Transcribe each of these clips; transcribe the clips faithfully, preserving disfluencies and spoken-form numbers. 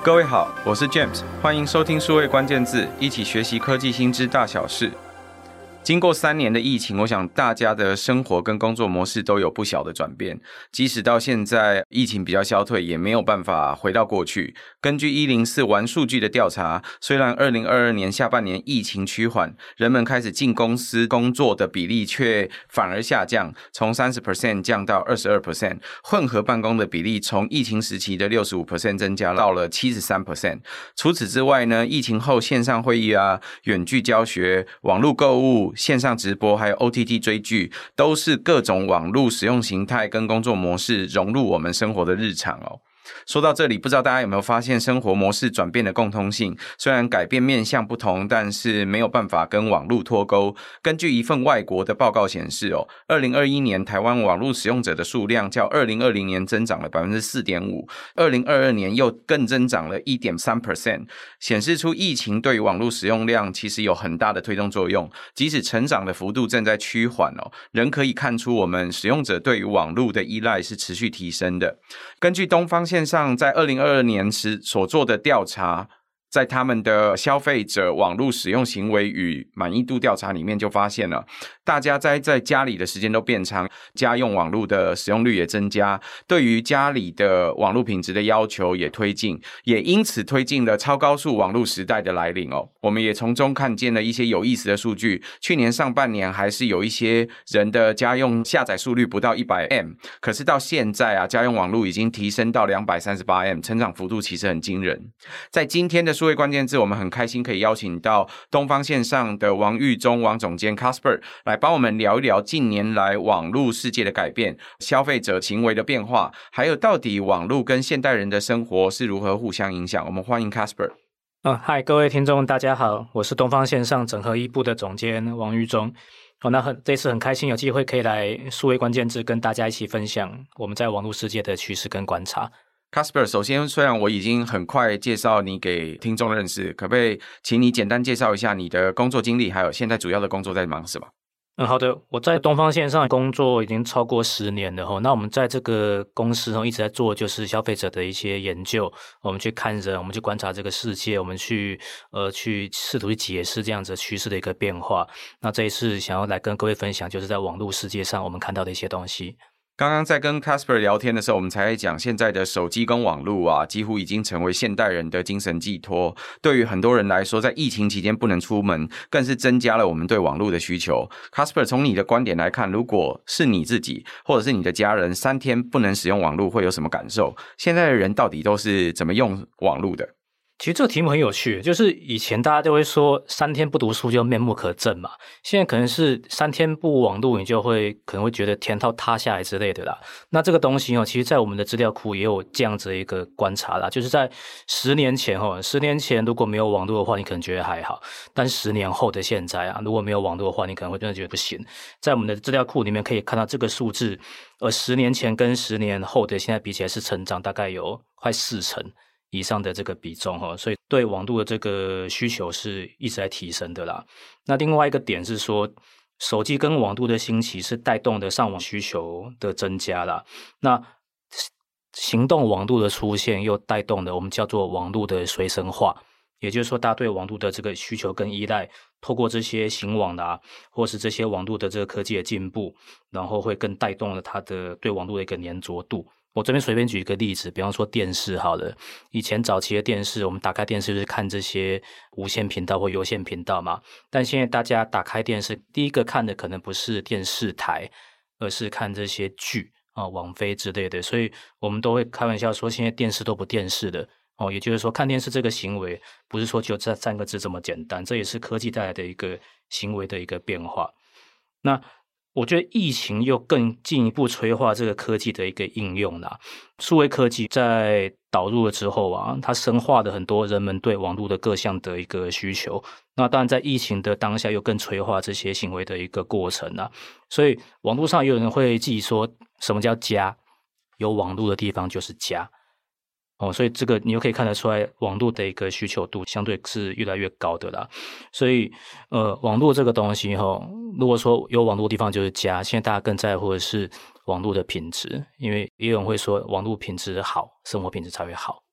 各位好，我是 James， 欢迎收听数位关键字，一起学习科技新知大小事。经过三年的疫情，我想大家的生活跟工作模式都有不小的转变，即使到现在疫情比较消退，也没有办法回到过去。根据一零四玩数据的调查，虽然二零二二年下半年疫情趋缓，人们开始进公司工作的比例却反而下降，从 百分之三十 降到 百分之二十二， 混合办公的比例从疫情时期的 百分之六十五 增加到了 百分之七十三。 除此之外呢，疫情后线上会议啊、远距教学、网络购物、线上直播还有 O T T 追剧，都是各种网络使用形态跟工作模式融入我们生活的日常哦。说到这里，不知道大家有没有发现生活模式转变的共通性？虽然改变面向不同，但是没有办法跟网络脱钩。根据一份外国的报告显示哦，二零二一年台湾网络使用者的数量较二零二零年增长了 百分之四点五， 二零二二年又更增长了 百分之一点三， 显示出疫情对于网络使用量其实有很大的推动作用。即使成长的幅度正在趋缓哦，仍可以看出我们使用者对于网络的依赖是持续提升的。根据东方线上在二零二二年时所做的调查，在他们的消费者网络使用行为与满意度调查里面就发现了，大家在在家里的时间都变长，家用网络的使用率也增加，对于家里的网络品质的要求也推进，也因此推进了超高速网络时代的来临哦。我们也从中看见了一些有意思的数据，去年上半年还是有一些人的家用下载速率不到 一百 M， 可是到现在啊，家用网络已经提升到 两百三十八 M， 成长幅度其实很惊人。在今天的数位关键字，我们很开心可以邀请到东方线上的王玉忠王总监 Casper 来帮我们聊一聊近年来网络世界的改变、消费者行为的变化，还有到底网络跟现代人的生活是如何互相影响。我们欢迎 Casper。 哦，嗨，各位听众大家好，我是东方线上整合一部的总监王玉忠。哦，那很这次很开心有机会可以来数位关键字跟大家一起分享我们在网络世界的趋势跟观察。 Casper， 首先虽然我已经很快介绍你给听众认识，可不可以请你简单介绍一下你的工作经历，还有现在主要的工作在忙什么？ 嗯，好的，我在东方线上工作已经超过十年了齁。那我们在这个公司齁一直在做就是消费者的一些研究，我们去看人，我们去观察这个世界，我们去呃去试图去解释这样子趋势的一个变化。那这一次想要来跟各位分享，就是在网络世界上我们看到的一些东西。 刚刚在跟 Casper 聊天的时候，我们才讲现在的手机跟网络啊，几乎已经成为现代人的精神寄托。对于很多人来说，在疫情期间不能出门，更是增加了我们对网络的需求。Casper， 从你的观点来看，如果是你自己或者是你的家人三天不能使用网络，会有什么感受？现在的人到底都是怎么用网络的？ 其实这个题目很有趣，就是以前大家就会说三天不读书就面目可憎嘛，现在可能是三天不网络你就会可能会觉得天要塌下来之类的啦。那这个东西哦，其实在我们的资料库也有这样子一个观察啦，就是在十年前哦，十年前如果没有网络的话，你可能觉得还好，但十年后的现在啊，如果没有网络的话，你可能会真的觉得不行。在我们的资料库里面可以看到这个数字，呃，十年前跟十年后的现在比起来是成长大概有快四成以上的这个比重齁，所以对网络的这个需求是一直在提升的啦。那另外一个点是说，手机跟网络的兴起是带动的上网需求的增加啦。那行动网络的出现又带动了我们叫做网络的随身化，也就是说大家对网络的这个需求跟依赖，透过这些行网的啊，或是这些网络的这个科技的进步，然后会更带动了它的对网络的一个黏着度。我这边随便举一个例子，比方说电视好了，以前早期的电视，我们打开电视就是看这些无线频道或有线频道嘛，但现在大家打开电视，第一个看的可能不是电视台，而是看这些剧啊、网飞之类的，所以我们都会开玩笑说，现在电视都不电视的哦，也就是说，看电视这个行为不是说就这三个字这么简单，这也是科技带来的一个行为的一个变化。那我觉得疫情又更进一步催化这个科技的一个应用啦。数位科技在导入了之后啊，它深化了很多人们对网络的各项的一个需求。那当然在疫情的当下又更催化这些行为的一个过程啦。所以网络上有人会记说什么叫家，有网络的地方就是家。哦，所以这个你就可以看得出来，网络的一个需求度相对是越来越高的啦。所以，呃，网络这个东西哈，如果说有网络的地方就是家，现在大家更在乎的是网络的品质，因为也有人会说，网络品质好，生活品质才会好。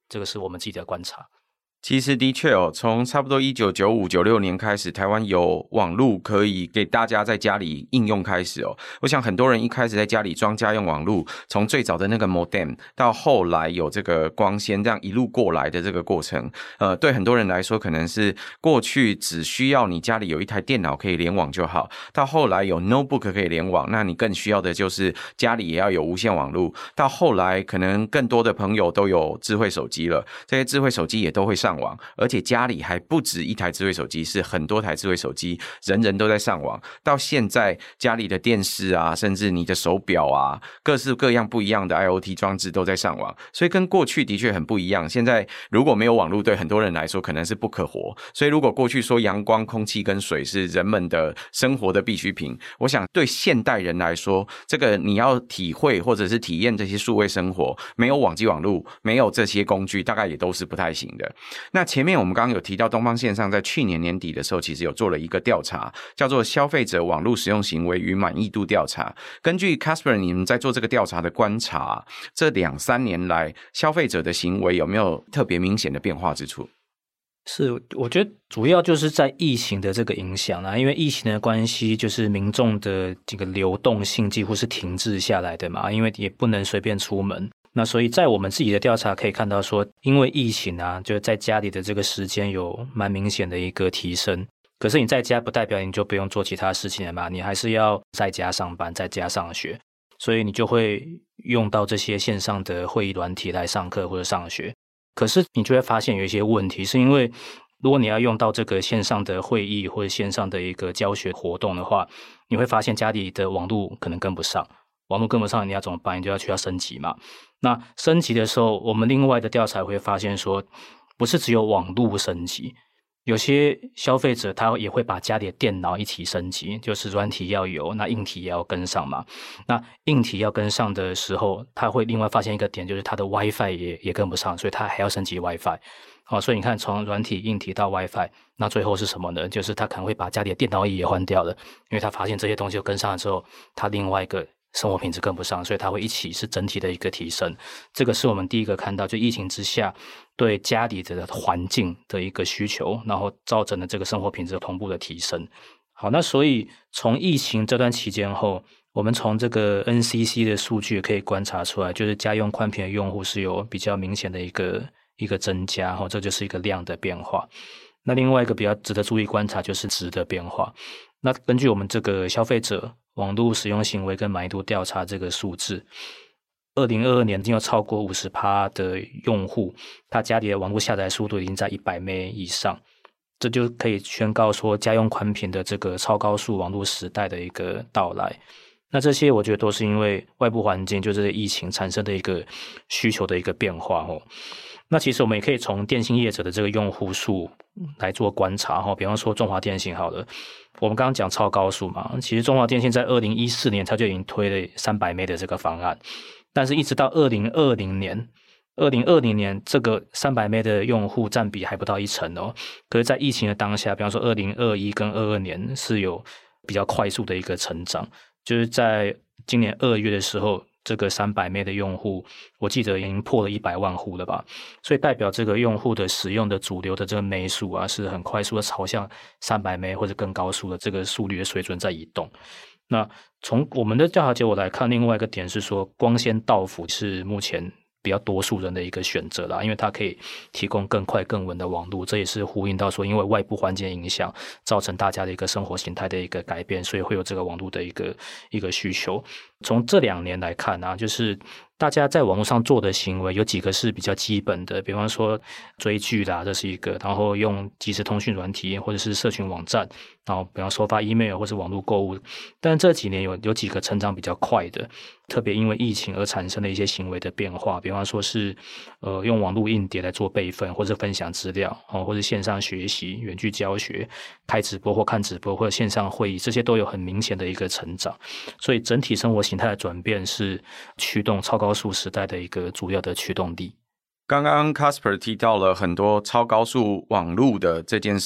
这个是我们自己的观察。 其实的确哦，从差不多一九九五、九六年开始，台湾有网络可以给大家在家里应用开始哦。我想很多人一开始在家里装家用网络，从最早的那个 modem 到后来有这个光纤，这样一路过来的这个过程，呃，对很多人来说可能是过去只需要你家里有一台电脑可以联网就好，到后来有 notebook 可以联网，那你更需要的就是家里也要有无线网络，到后来可能更多的朋友都有智慧手机了，这些智慧手机也都会上网，而且家里还不止一台智慧手机，是很多台智慧手机，人人都在上网。到现在家里的电视啊，甚至你的手表啊，各式各样不一样的 I O T 装置都在上网，所以跟过去的确很不一样。现在如果没有网络，对很多人来说可能是不可活，所以如果过去说阳光、空气跟水是人们的生活的必需品，我想对现代人来说，这个你要体会或者是体验这些数位生活，没有网际网络，没有这些工具，大概也都是不太行的。那前面我们刚刚有提到东方线上在去年年底的时候其实有做了一个调查，叫做消费者网络使用行为与满意度调查。根据 Casper 你们在做这个调查的观察，这两三年来消费者的行为有没有特别明显的变化之处？ 是，我觉得主要就是在疫情的这个影响啦，因为疫情的关系，就是民众的这个流动性几乎是停滞下来的嘛，因为也不能随便出门。那所以在我们自己的调查可以看到说，因为疫情啊，就在家里的这个时间有蛮明显的一个提升。可是你在家不代表你就不用做其他事情了嘛，你还是要在家上班，在家上学，所以你就会用到这些线上的会议软体来上课或者上学。可是你就会发现有一些问题，是因为如果你要用到这个线上的会议或者线上的一个教学活动的话，你会发现家里的网络可能跟不上，网络跟不上你要怎么办？你就要去要升级嘛。那升级的时候，我们另外的调查会发现说，不是只有网络升级，有些消费者他也会把家里的电脑一起升级，就是软体要有，那硬体也要跟上嘛。那硬体要跟上的时候，他会另外发现一个点，就是他的 WiFi 也也跟不上，所以他还要升级 WiFi。好，所以你看从软体、硬体到 WiFi， 那最后是什么呢？就是他可能会把家里的电脑椅也换掉了，因为他发现这些东西跟上了之后，他另外一个生活品质跟不上，所以它会一起是整体的一个提升。这个是我们第一个看到，就疫情之下对家里的环境的一个需求，然后造成了这个生活品质同步的提升。好，那所以从疫情这段期间后，我们从这个 N C C 的数据可以观察出来，就是家用宽频的用户是有比较明显的一个一个增加，这就是一个量的变化。那另外一个比较值得注意观察就是值的变化。那根据我们这个消费者网络使用行为跟满意度调查这个数字，二零二二年已经有超过 百分之五十 的用户，他家里的网络下载速度已经在一百 M B 以上，这就可以宣告说家用宽频的这个超高速网络时代的一个到来。那这些我觉得都是因为外部环境，就是疫情产生的一个需求的一个变化哦。那其实我们也可以从电信业者的这个用户数来做观察哈，比方说中华电信好了，我们刚刚讲超高速嘛，其实中华电信在二零一四年它就已经推了三百 M B 的这个方案，但是一直到二零二零年二零二零年这个三百 M B 的用户占比还不到一成哦。可是在疫情的当下，比方说二零二一跟二二年是有比较快速的一个成长，就是在今年二月的时候，这个三百 M B 的用户我记得已经破了一百万户了吧，所以代表这个用户的使用的主流的这个枚数啊是很快速的朝向三百 M B 或者更高速的这个速率的水准在移动。那从我们的调查结果来看，另外一个点是说光纤到府是目前比较多数人的一个选择啦，因为它可以提供更快更稳的网络，这也是呼应到说因为外部环境影响造成大家的一个生活形态的一个改变，所以会有这个网络的一个一个需求。从这两年来看啊，就是大家在网络上做的行为有几个是比较基本的，比方说追剧啦，这是一个，然后用即时通讯软体或者是社群网站，然后比方收发 email 或是网络购物。但这几年有有几个成长比较快的，特别因为疫情而产生的一些行为的变化，比方说是呃用网络硬碟来做备份或者分享资料，哦，或者线上学习、远距教学、开直播或看直播或者线上会议，这些都有很明显的一个成长。所以整体生活形态的转变是驱动超高速时代的一个主要的驱动力。 刚刚 Casper 提到了很多超高速网路的这件事情，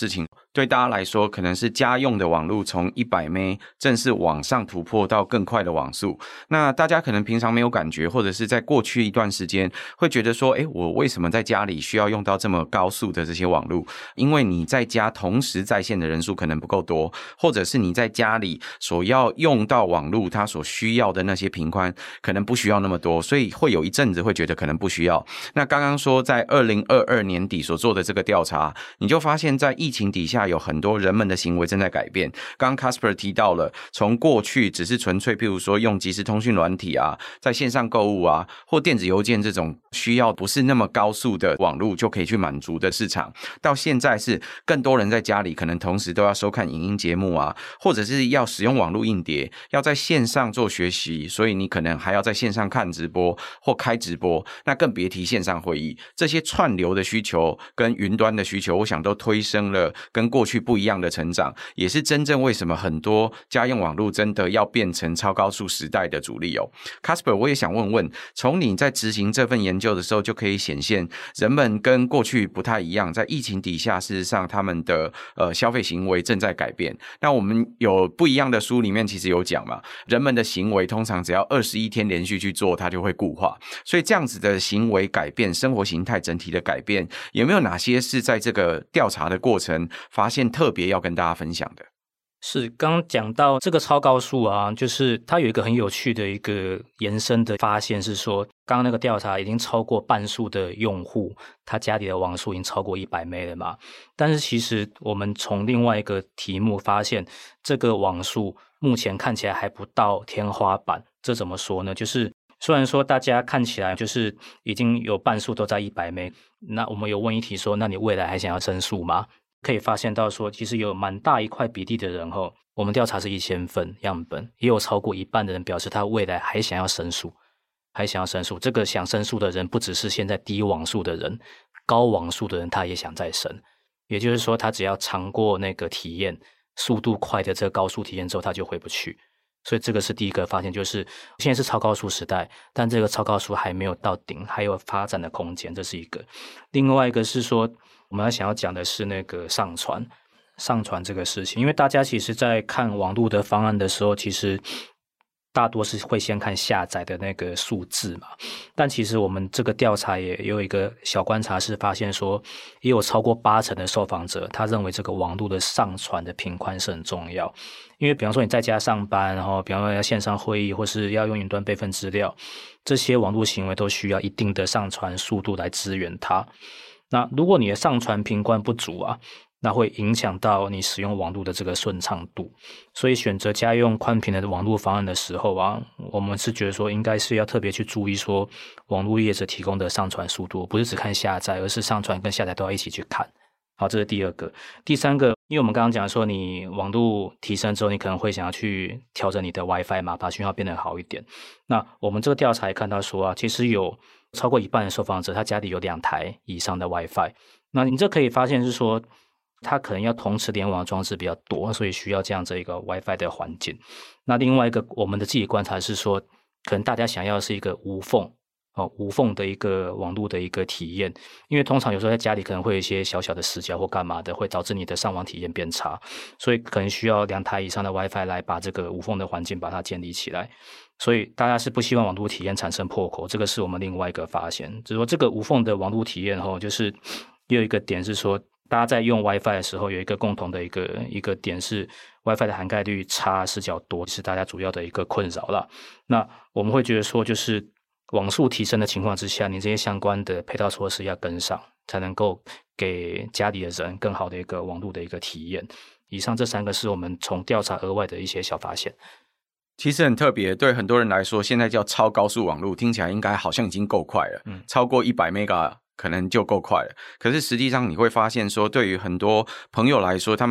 对大家来说可能是家用的网路从一百 M B 正式往上突破到更快的网速。那大家可能平常没有感觉，或者是在过去一段时间会觉得说，诶，我为什么在家里需要用到这么高速的这些网路？因为你在家同时在线的人数可能不够多，或者是你在家里所要用到网路它所需要的那些频宽可能不需要那么多，所以会有一阵子会觉得可能不需要。那刚刚说在二零二二年底所做的这个调查，你就发现在疫情底下有很多人们的行为正在改变。刚刚 Casper 提到了，从过去只是纯粹譬如说用即时通讯软体啊，在线上购物啊，或电子邮件这种需要不是那么高速的网路就可以去满足的市场，到现在是更多人在家里可能同时都要收看影音节目啊，或者是要使用网路硬碟，要在线上做学习，所以你可能还要在线上看直播或开直播，那更别提线上会议。这些串流的需求跟云端的需求，我想都推升了跟过去不一样的成长，也是真正为什么很多家用网路真的要变成超高速时代的主力哦。Casper， 我也想问问，从你在执行这份研究的时候就可以显现，人们跟过去不太一样，在疫情底下，事实上他们的呃消费行为正在改变。那我们有不一样的书里面其实有讲嘛，人们的行为通常只要二十一天连续去做，它就会固化。所以这样子的行为改变，生活形态整体的改变，有没有哪些是在这个调查的过程发现特别要跟大家分享的？ 是，刚刚讲到这个超高速啊，就是它有一个很有趣的一个延伸的发现是说，刚刚那个调查已经超过半数的用户，他家里的网速已经超过一百 M B 了嘛。但是其实我们从另外一个题目发现，这个网速目前看起来还不到天花板。这怎么说呢？就是虽然说大家看起来就是已经有半数都在一百 M B， 那我们有问一题说，那你未来还想要升速吗？可以发现到说，其实有蛮大一块比例的人后，我们调查是一千份样本，也有超过一半的人表示他未来还想要升速，还想要升速。这个想升速的人不只是现在低网速的人，高网速的人他也想再升。也就是说，他只要尝过那个体验，速度快的这个高速体验之后，他就回不去。所以这个是第一个发现，就是现在是超高速时代，但这个超高速还没有到顶，还有发展的空间，这是一个。另外一个是说，我们要想要讲的是那个上传上传这个事情，因为大家其实在看网络的方案的时候，其实大多是会先看下载的那个数字嘛。但其实我们这个调查也有一个小观察，是发现说，也有超过八成的受访者他认为这个网络的上传的频宽是很重要。因为比方说你在家上班，然后比方说要线上会议，或是要用云端备份资料，这些网络行为都需要一定的上传速度来支援它。那如果你的上传频宽不足啊，那会影响到你使用网络的这个顺畅度。所以选择家用宽频的网络方案的时候啊，我们是觉得说应该是要特别去注意说网络业者提供的上传速度，不是只看下载，而是上传跟下载都要一起去看。好，这是第二个。第三个，因为我们刚刚讲说你网络提升之后，你可能会想要去调整你的 WiFi 嘛，把讯号变得好一点。那我们这个调查也看到说啊，其实有超过一半的受访者他家里有两台以上的 WiFi。那你这可以发现是说，他可能要同时联网装置比较多，所以需要这样子一个 WiFi 的环境。那另外一个我们的自己观察是说，可能大家想要的是一个无缝哦，无缝的一个网络的一个体验。因为通常有时候在家里可能会有一些小小的死角或干嘛的，会导致你的上网体验变差，所以可能需要两台以上的 WiFi 来把这个无缝的环境把它建立起来。所以大家是不希望网络体验产生破口，这个是我们另外一个发现。就是说这个无缝的网络体验后，就是也有一个点是说，大家在用 WiFi 的时候有一个共同的一个一个点是 WiFi 的涵盖率差是较多，是大家主要的一个困扰啦。那我们会觉得说，就是网速提升的情况之下，你这些相关的配套措施要跟上，才能够给家里的人更好的一个网络的一个体验。以上这三个是我们从调查额外的一些小发现。 其实很特别，对很多人来说，现在叫超高速网络，听起来应该好像已经够快了，嗯，超过一百 mega 可能就够快了。可是实际上你会发现说，对于很多朋友来说，他们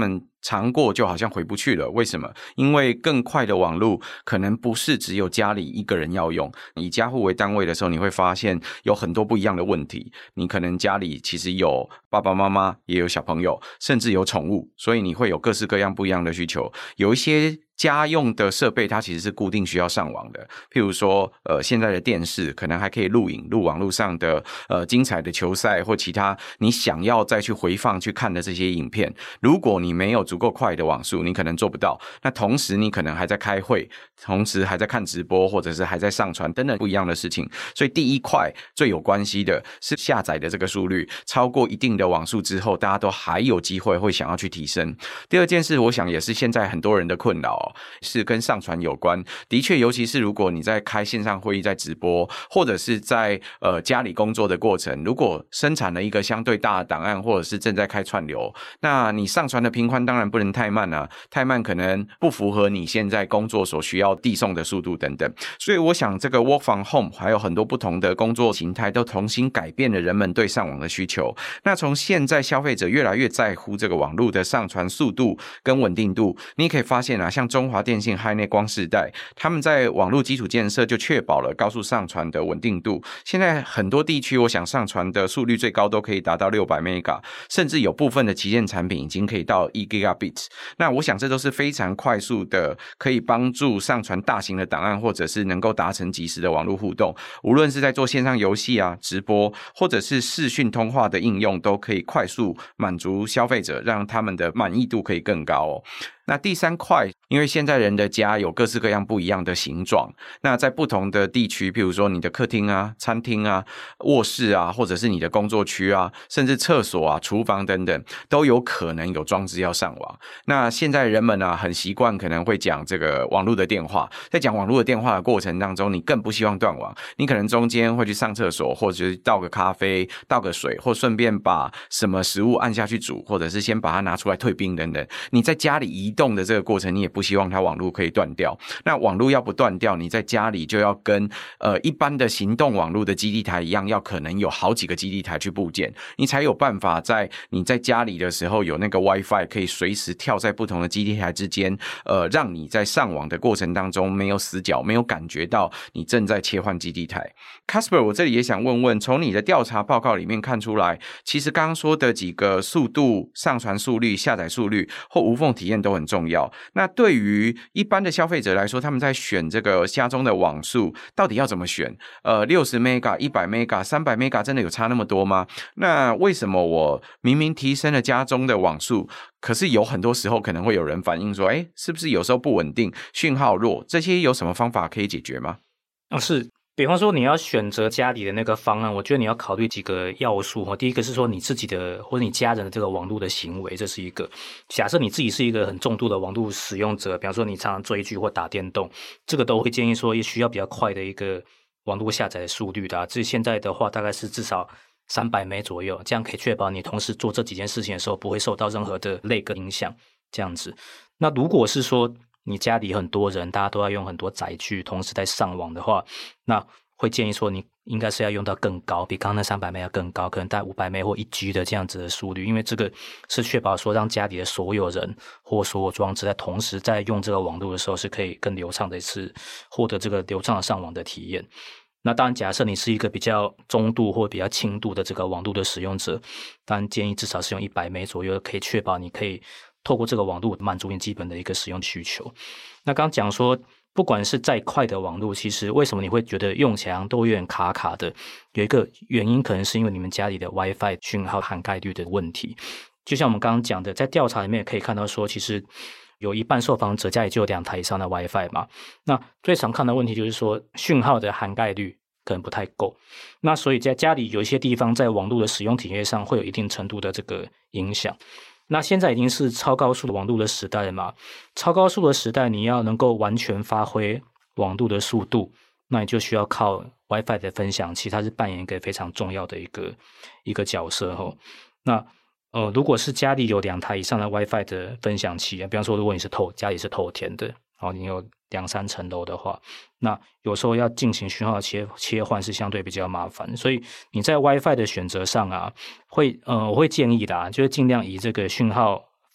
尝过就好像回不去了。为什么？因为更快的网络可能不是只有家里一个人要用，以家户为单位的时候，你会发现有很多不一样的问题。你可能家里其实有爸爸妈妈，也有小朋友，甚至有宠物，所以你会有各式各样不一样的需求。有一些家用的设备它其实是固定需要上网的，譬如说呃现在的电视可能还可以录影录网络上的呃精彩的球赛或其他你想要再去回放去看的这些影片，如果你没有足够快的网速，你可能做不到。那同时你可能还在开会，同时还在看直播，或者是还在上传等等不一样的事情。所以第一块最有关系的是下载的这个速率超过一定的网速之后，大家都还有机会会想要去提升。第二件事我想也是现在很多人的困扰哦，是跟上传有关。的确尤其是如果你在开线上会议在直播，或者是在呃家里工作的过程，如果生产了一个相对大的档案，或者是正在开串流，那你上传的频宽当然不能太慢啊，太慢可能不符合你现在工作所需要递送的速度等等。所以我想这个 work from home 还有很多不同的工作形态都重新改变了人们对上网的需求。那从现在消费者越来越在乎这个网络的上传速度跟稳定度，你也可以发现啊，像中华电信、海内光世代，他们在网络基础建设就确保了高速上传的稳定度。现在很多地区我想上传的速率最高都可以达到六百 mega， 甚至有部分的旗舰产品已经可以到一 gigabit。 那我想这都是非常快速的，可以帮助上传大型的档案，或者是能够达成即时的网络互动。无论是在做线上游戏啊、直播，或者是视讯通话的应用，都可以快速满足消费者，让他们的满意度可以更高哦。那第三块，因为现在人的家有各式各样不一样的形状，那在不同的地区，譬如说你的客厅啊、餐厅啊、卧室啊，或者是你的工作区啊，甚至厕所啊、厨房等等，都有可能有装置要上网。那现在人们啊很习惯可能会讲这个网络的电话，在讲网络的电话的过程当中，你更不希望断网，你可能中间会去上厕所，或者是倒个咖啡、倒个水，或顺便把什么食物按下去煮，或者是先把它拿出来退冰等等。你在家里移动的这个过程，你也不希望它网络可以断掉。那网络要不断掉，你在家里就要跟呃一般的行动网络的基地台一样，要可能有好几个基地台去布建，你才有办法在你在家里的时候有那个 WiFi 可以随时跳在不同的基地台之间，呃，让你在上网的过程当中没有死角，没有感觉到你正在切换基地台。Casper， 我这里也想问问，从你的调查报告里面看出来，其实刚刚说的几个速度、上传速率、下载速率或无缝体验都很重要。那对于一般的消费者来说，他们在选这个家中的网速到底要怎么选？呃 ,六十 mega、一百 mega、三百 mega 真的有差那么多吗？那为什么我明明提升了家中的网速，可是有很多时候可能会有人反映说，诶，是不是有时候不稳定，讯号弱，这些有什么方法可以解决吗？ 哦，是。比方说你要选择家里的那个方案，我觉得你要考虑几个要素。第一个是说你自己的或者你家人的这个网络的行为，这是一个。假设你自己是一个很重度的网络使用者，比方说你常常追剧或打电动，这个都会建议说也需要比较快的一个网络下载的速率的啊。这现在的话大概是至少三百 M 左右，这样可以确保你同时做这几件事情的时候不会受到任何的lag跟影响，这样子。那如果是说你家里很多人，大家都要用很多载具同时在上网的话，那会建议说你应该是要用到更高，比刚刚那三百 M 要更高，可能大概五百 M 或一 G 的这样子的速率，因为这个是确保说让家里的所有人或所有装置在同时在用这个网络的时候是可以更流畅的，是获得这个流畅的上网的体验。那当然假设你是一个比较中度或比较轻度的这个网络的使用者，当然建议至少是用一百 M 左右，可以确保你可以透过这个网络满足你基本的一个使用需求。那刚刚讲说不管是再快的网络，其实为什么你会觉得用起来都有点卡卡的，有一个原因可能是因为你们家里的 WiFi 讯号涵盖率的问题。就像我们刚刚讲的，在调查里面也可以看到说，其实有一半受访者家里就有两台以上的 WiFi 嘛，那最常看的问题就是说讯号的涵盖率可能不太够，那所以在家里有一些地方在网络的使用体验上会有一定程度的这个影响。那现在已经是超高速的网络的时代了嘛，超高速的时代你要能够完全发挥网络的速度，那你就需要靠 WiFi 的分享器，它是扮演一个非常重要的一个一个角色齁。那呃，如果是家里有两台以上的 WiFi 的分享器，比方说如果你是透家里是透天的，然后你有两三层楼的话，那有时候要进行讯号切切换是相对比较麻烦，所以你在 WiFi 的选择上啊，会呃我会建议的啊，就是尽量以这个讯号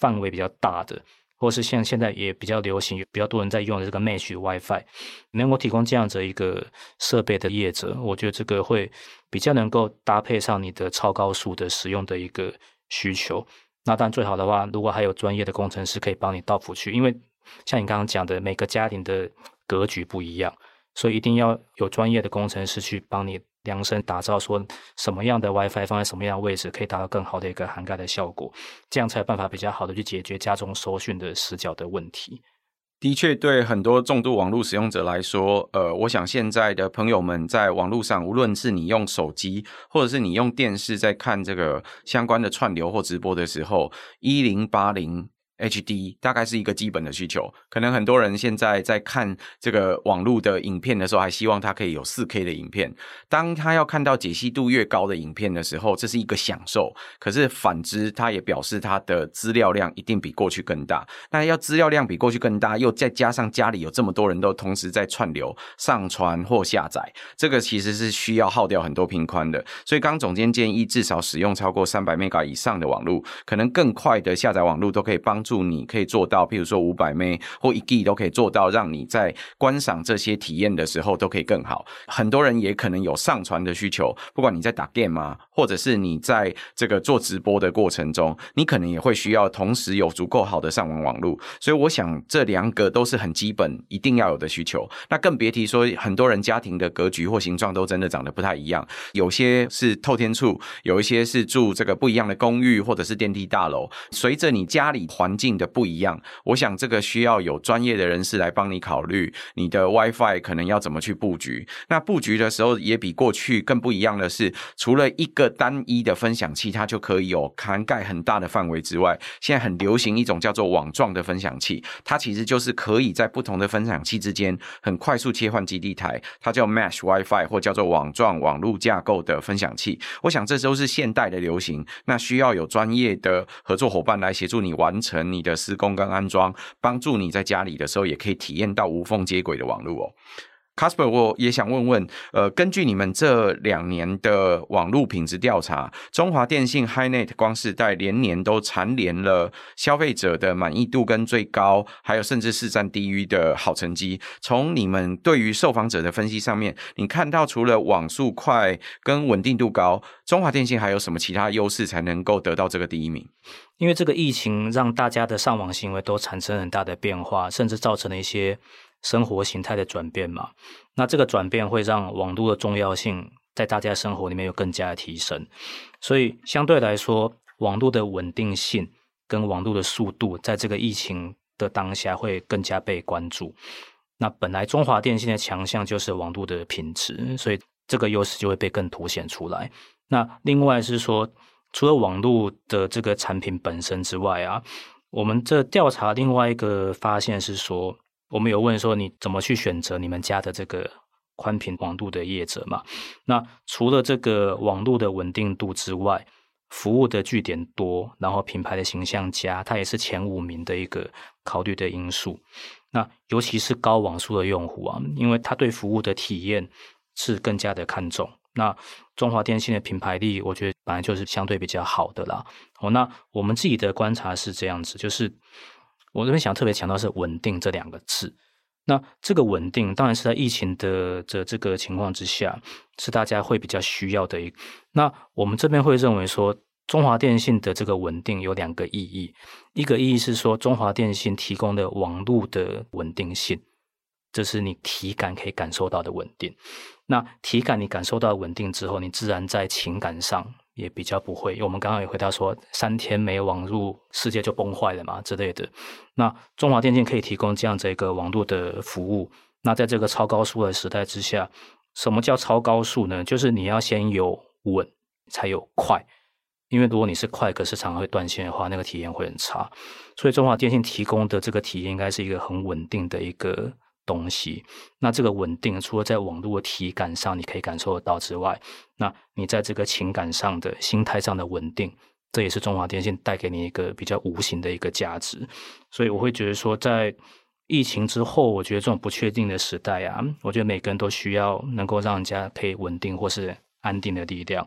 范围比较大的，或是像现在也比较流行，比较多人在用的这个 Mesh WiFi， 能够提供这样子一个设备的业者，我觉得这个会比较能够搭配上你的超高速的使用的一个需求。那当然最好的话，如果还有专业的工程师可以帮你到府去，因为像你刚刚讲的，每个家庭的格局不一样，所以一定要有专业的工程师去帮你量身打造，说什么样的 WiFi 放在什么样的位置，可以达到更好的一个涵盖的效果，这样才有办法比较好的去解决家中收讯的死角的问题。 的确，对很多重度网络使用者来说，呃，我想现在的朋友们在网络上，无论是你用手机，或者是你用电视在看这个相关的串流或直播的时候，一零八零H D 大概是一个基本的需求，可能很多人现在在看这个网络的影片的时候，还希望它可以有 四K 的影片。当他要看到解析度越高的影片的时候，这是一个享受。可是反之，它也表示它的资料量一定比过去更大。那要资料量比过去更大，又再加上家里有这么多人都同时在串流、上传或下载，这个其实是需要耗掉很多频宽的。所以刚总监建议，至少使用超过三百 mega 以上的网络，可能更快的下载网络都可以帮助你可以做到，譬如说五百 meg 或一 G 都可以做到，让你在观赏这些体验的时候都可以更好。很多人也可能有上传的需求，不管你在打 game 啊，或者是你在这个做直播的过程中，你可能也会需要同时有足够好的上网网络。所以我想这两个都是很基本一定要有的需求。那更别提说很多人家庭的格局或形状都真的长得不太一样，有些是透天厝，有一些是住这个不一样的公寓或者是电梯大楼，随着你家里环境的不一样，我想这个需要有专业的人士来帮你考虑你的 WiFi 可能要怎么去布局。那布局的时候也比过去更不一样的是，除了一个单一的分享器它就可以有涵盖很大的范围之外，现在很流行一种叫做网状的分享器，它其实就是可以在不同的分享器之间很快速切换基地台，它叫 Mesh WiFi 或叫做网状网络架构的分享器。我想这都是现代的流行，那需要有专业的合作伙伴来协助你完成你的施工跟安装，帮助你在家里的时候也可以体验到无缝接轨的网络哦。Casper， 我也想问问，呃，根据你们这两年的网络品质调查，中华电信 HiNet 光世代连年都蝉联了消费者的满意度跟最高，还有甚至市占第一的好成绩。从你们对于受访者的分析上面，你看到除了网速快跟稳定度高，中华电信还有什么其他优势才能够得到这个第一名？ 因为这个疫情让大家的上网行为都产生很大的变化，甚至造成了一些生活形态的转变嘛。那这个转变会让网络的重要性在大家生活里面有更加的提升，所以相对来说，网络的稳定性跟网络的速度在这个疫情的当下会更加被关注。那本来中华电信的强项就是网络的品质，所以这个优势就会被更凸显出来。那另外是说，除了网络的这个产品本身之外啊，我们这调查另外一个发现是说，我们有问说你怎么去选择你们家的这个宽频网络的业者嘛？那除了这个网络的稳定度之外，服务的据点多，然后品牌的形象佳，它也是前五名的一个考虑的因素。那尤其是高网速的用户啊，因为他对服务的体验是更加的看重。那中华电信的品牌力，我觉得本来就是相对比较好的啦。哦，那我们自己的观察是这样子，就是我这边想特别强调是稳定这两个字。那这个稳定当然是在疫情的这这个情况之下，是大家会比较需要的一个。那我们这边会认为说，中华电信的这个稳定有两个意义，一个意义是说中华电信提供的网络的稳定性，这是你体感可以感受到的稳定。那体感你感受到稳定之后，你自然在情感上也比较不会，因为我们刚刚也回答说三天没网路世界就崩坏了嘛之类的。那中华电信可以提供这样子一个网络的服务，那在这个超高速的时代之下，什么叫超高速呢？就是你要先有稳才有快，因为如果你是快可是常常会断线的话，那个体验会很差。所以中华电信提供的这个体验应该是一个很稳定的一个东西。那这个稳定除了在网络的体感上你可以感受得到之外，那你在这个情感上的心态上的稳定，这也是中华电信带给你一个比较无形的一个价值。所以我会觉得说，在疫情之后，我觉得这种不确定的时代啊，我觉得每个人都需要能够让人家可以稳定或是安定的力量。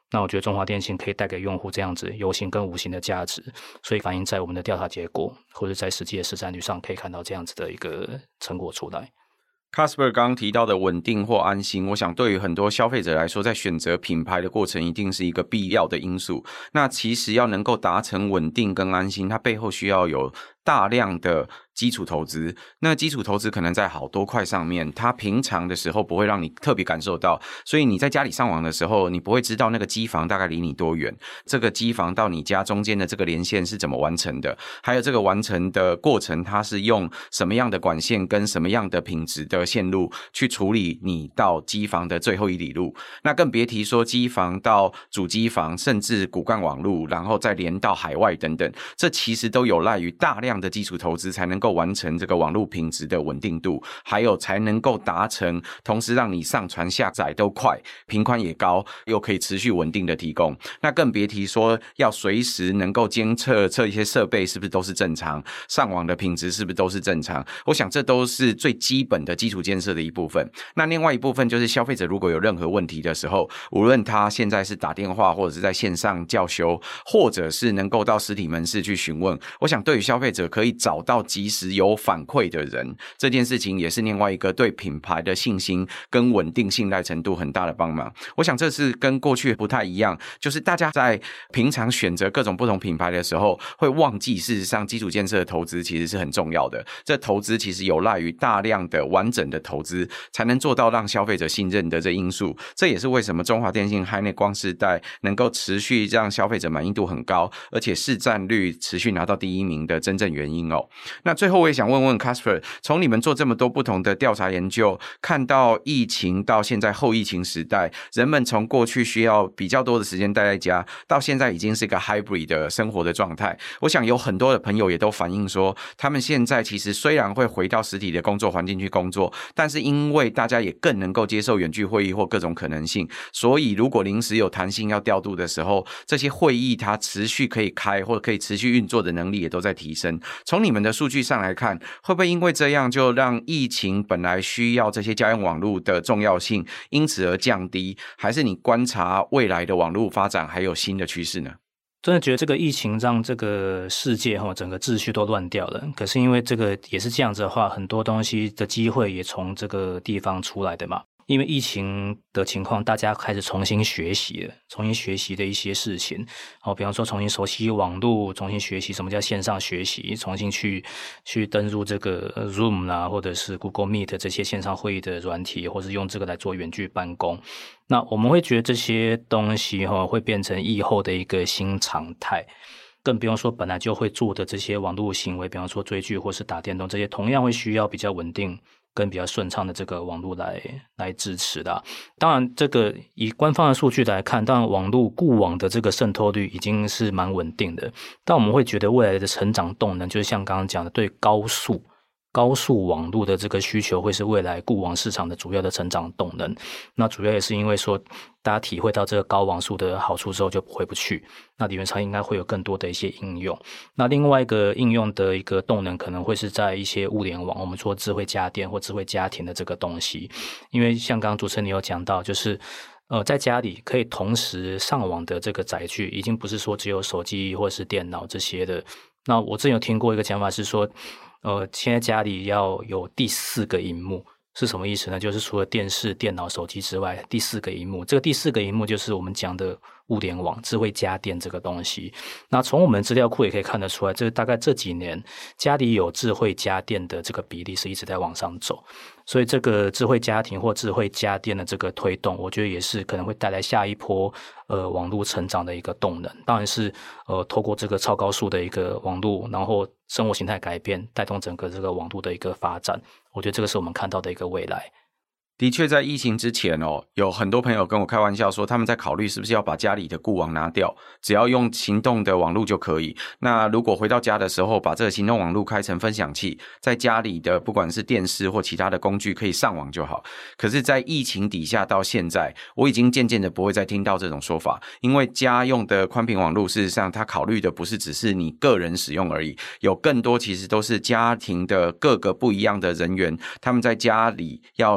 那我觉得中华电信可以带给用户这样子有形跟无形的价值，所以反映在我们的调查结果或者在实际的市占率上可以看到这样子的一个成果出来。 Casper 刚刚提到的稳定或安心，我想对于很多消费者来说，在选择品牌的过程一定是一个必要的因素。那其实要能够达成稳定跟安心，它背后需要有大量的基础投资，那基础投资可能在好多块上面，它平常的时候不会让你特别感受到，所以你在家里上网的时候，你不会知道那个机房大概离你多远，这个机房到你家中间的这个连线是怎么完成的，还有这个完成的过程，它是用什么样的管线跟什么样的品质的线路去处理你到机房的最后一里路，那更别提说机房到主机房，甚至骨干网路，然后再连到海外等等，这其实都有赖于大量的基础投资才能够完成这个网络品质的稳定度，还有才能够达成同时让你上传下载都快，频宽也高，又可以持续稳定的提供。那更别提说要随时能够监测测一些设备是不是都是正常，上网的品质是不是都是正常，我想这都是最基本的基础建设的一部分。那另外一部分就是消费者如果有任何问题的时候，无论他现在是打电话或者是在线上叫修，或者是能够到实体门市去询问，我想对于消费者可以找到及时有反馈的人，这件事情也是另外一个对品牌的信心跟稳定信赖程度很大的帮忙。我想这是跟过去不太一样，就是大家在平常选择各种不同品牌的时候会忘记事实上基础建设的投资其实是很重要的，这投资其实有赖于大量的完整的投资才能做到让消费者信任的这因素，这也是为什么中华电信 HiNet 光世代能够持续让消费者满意度很高，而且市占率持续拿到第一名的真正原因哦。那最后我也想问问 Casper， 从你们做这么多不同的调查研究，看到疫情到现在后疫情时代，人们从过去需要比较多的时间待在家，到现在已经是一个 hybrid 的生活的状态，我想有很多的朋友也都反映说，他们现在其实虽然会回到实体的工作环境去工作，但是因为大家也更能够接受远距会议或各种可能性，所以如果临时有弹性要调度的时候，这些会议它持续可以开或者可以持续运作的能力也都在提升。从你们的数据上来看，会不会因为这样就让疫情本来需要这些家用网络的重要性因此而降低，还是你观察未来的网络发展还有新的趋势呢？ 真的觉得这个疫情让这个世界整个秩序都乱掉了，可是因为这个也是这样子的话，很多东西的机会也从这个地方出来的嘛。因为疫情的情况，大家开始重新学习了，重新学习的一些事情，哦，比方说重新熟悉网络，重新学习什么叫线上学习，重新去去登入这个 Zoom 啊，或者是 Google Meet 这些线上会议的软体，或是用这个来做远距办公。那我们会觉得这些东西哈会变成疫后的一个新常态。更不用说本来就会做的这些网络行为，比方说追剧或是打电动，这些同样会需要比较稳定跟比较顺畅的这个网络来来支持的、啊。当然这个以官方的数据来看，当然网络固网的这个渗透率已经是蛮稳定的，但我们会觉得未来的成长动能，就是像刚刚讲的，对高速高速网络的这个需求会是未来固网市场的主要的成长动能。那主要也是因为说大家体会到这个高网速的好处之后就回不去，那理论上应该会有更多的一些应用。那另外一个应用的一个动能可能会是在一些物联网，我们说智慧家电或智慧家庭的这个东西。因为像刚刚主持人你有讲到，就是呃，在家里可以同时上网的这个载具已经不是说只有手机或是电脑这些的。那我之前有听过一个讲法是说呃，现在家里要有第四个萤幕，是什么意思呢？就是除了电视、电脑、手机之外，第四个萤幕，这个第四个萤幕就是我们讲的物联网、智慧家电这个东西。那从我们资料库也可以看得出来，这大概这几年家里有智慧家电的这个比例是一直在往上走。所以这个智慧家庭或智慧家电的这个推动，我觉得也是可能会带来下一波呃网络成长的一个动能。当然是呃透过这个超高速的一个网络，然后生活形态改变，带动整个这个网络的一个发展。我觉得这个是我们看到的一个未来。 的确在疫情之前哦，有很多朋友跟我开玩笑说他们在考虑是不是要把家里的固网拿掉，只要用行动的网络就可以。那如果回到家的时候把这个行动网络开成分享器，在家里的不管是电视或其他的工具可以上网就好。可是在疫情底下到现在，我已经渐渐的不会再听到这种说法，因为家用的宽频网络事实上它考虑的不是只是你个人使用而已，有更多其实都是家庭的各个不一样的人员，他们在家里要上学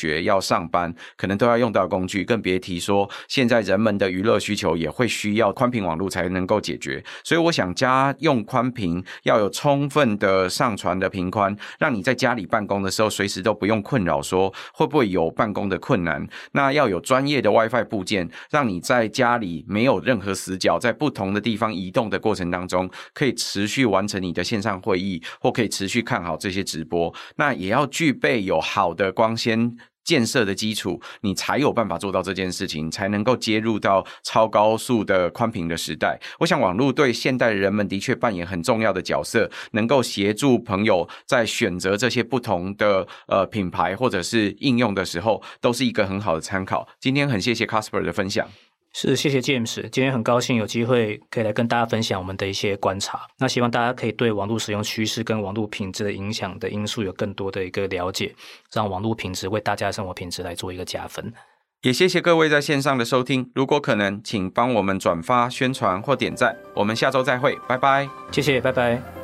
学、要上班，可能都要用到工具，更别提说现在人们的娱乐需求也会需要宽频网络才能够解决。所以我想家用宽频要有充分的上传的频宽，让你在家里办公的时候随时都不用困扰说会不会有办公的困难。那要有专业的 WiFi 部件，让你在家里没有任何死角，在不同的地方移动的过程当中可以持续完成你的线上会议，或可以持续看好这些直播。那也要具备有好的光纤建设的基础，你才有办法做到这件事情，才能够接入到超高速的宽频的时代。我想网络对现代人们的确扮演很重要的角色，能够协助朋友在选择这些不同的呃品牌或者是应用的时候，都是一个很好的参考。今天很谢谢 Casper 的分享。 是，谢谢 James， 今天很高兴有机会可以来跟大家分享我们的一些观察。那希望大家可以对网络使用趋势跟网络品质的影响的因素有更多的一个了解，让网络品质为大家的生活品质来做一个加分。 也谢谢各位在线上的收听，如果可能，请帮我们转发、宣传或点赞。我们下周再会，拜拜。 谢谢，拜拜。